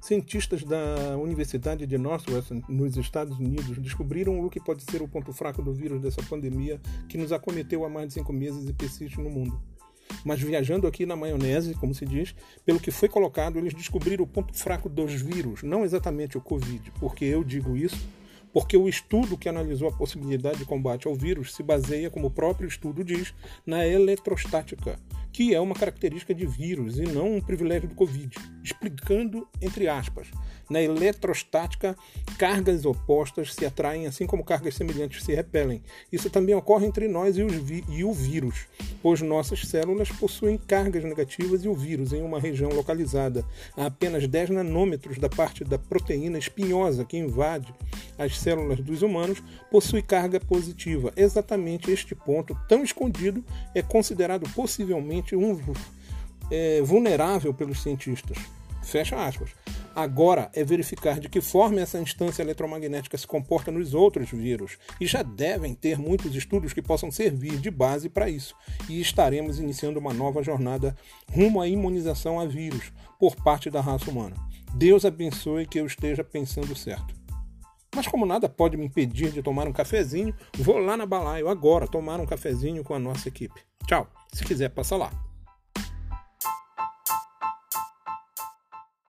cientistas da Universidade de Northwestern, nos Estados Unidos, descobriram o que pode ser o ponto fraco do vírus dessa pandemia que nos acometeu há mais de 5 meses e persiste no mundo. Mas viajando aqui na maionese, como se diz, pelo que foi colocado, eles descobriram o ponto fraco dos vírus, não exatamente o Covid. Por que eu digo isso? Porque o estudo que analisou a possibilidade de combate ao vírus se baseia, como o próprio estudo diz, na eletrostática, que é uma característica de vírus e não um privilégio do Covid, explicando, entre aspas, na eletrostática, cargas opostas se atraem, assim como cargas semelhantes se repelem. Isso também ocorre entre nós e o vírus, pois nossas células possuem cargas negativas e o vírus, em uma região localizada a apenas 10 nanômetros da parte da proteína espinhosa que invade as células dos humanos, possui carga positiva. Exatamente este ponto tão escondido é considerado possivelmente vulnerável pelos cientistas. Fecha aspas. Agora é verificar de que forma essa instância eletromagnética se comporta nos outros vírus, e já devem ter muitos estudos que possam servir de base para isso, e estaremos iniciando uma nova jornada rumo à imunização a vírus por parte da raça humana. Deus abençoe que eu esteja pensando certo. Mas como nada pode me impedir de tomar um cafezinho, vou lá na Balaio agora tomar um cafezinho com a nossa equipe. Tchau, se quiser passa lá.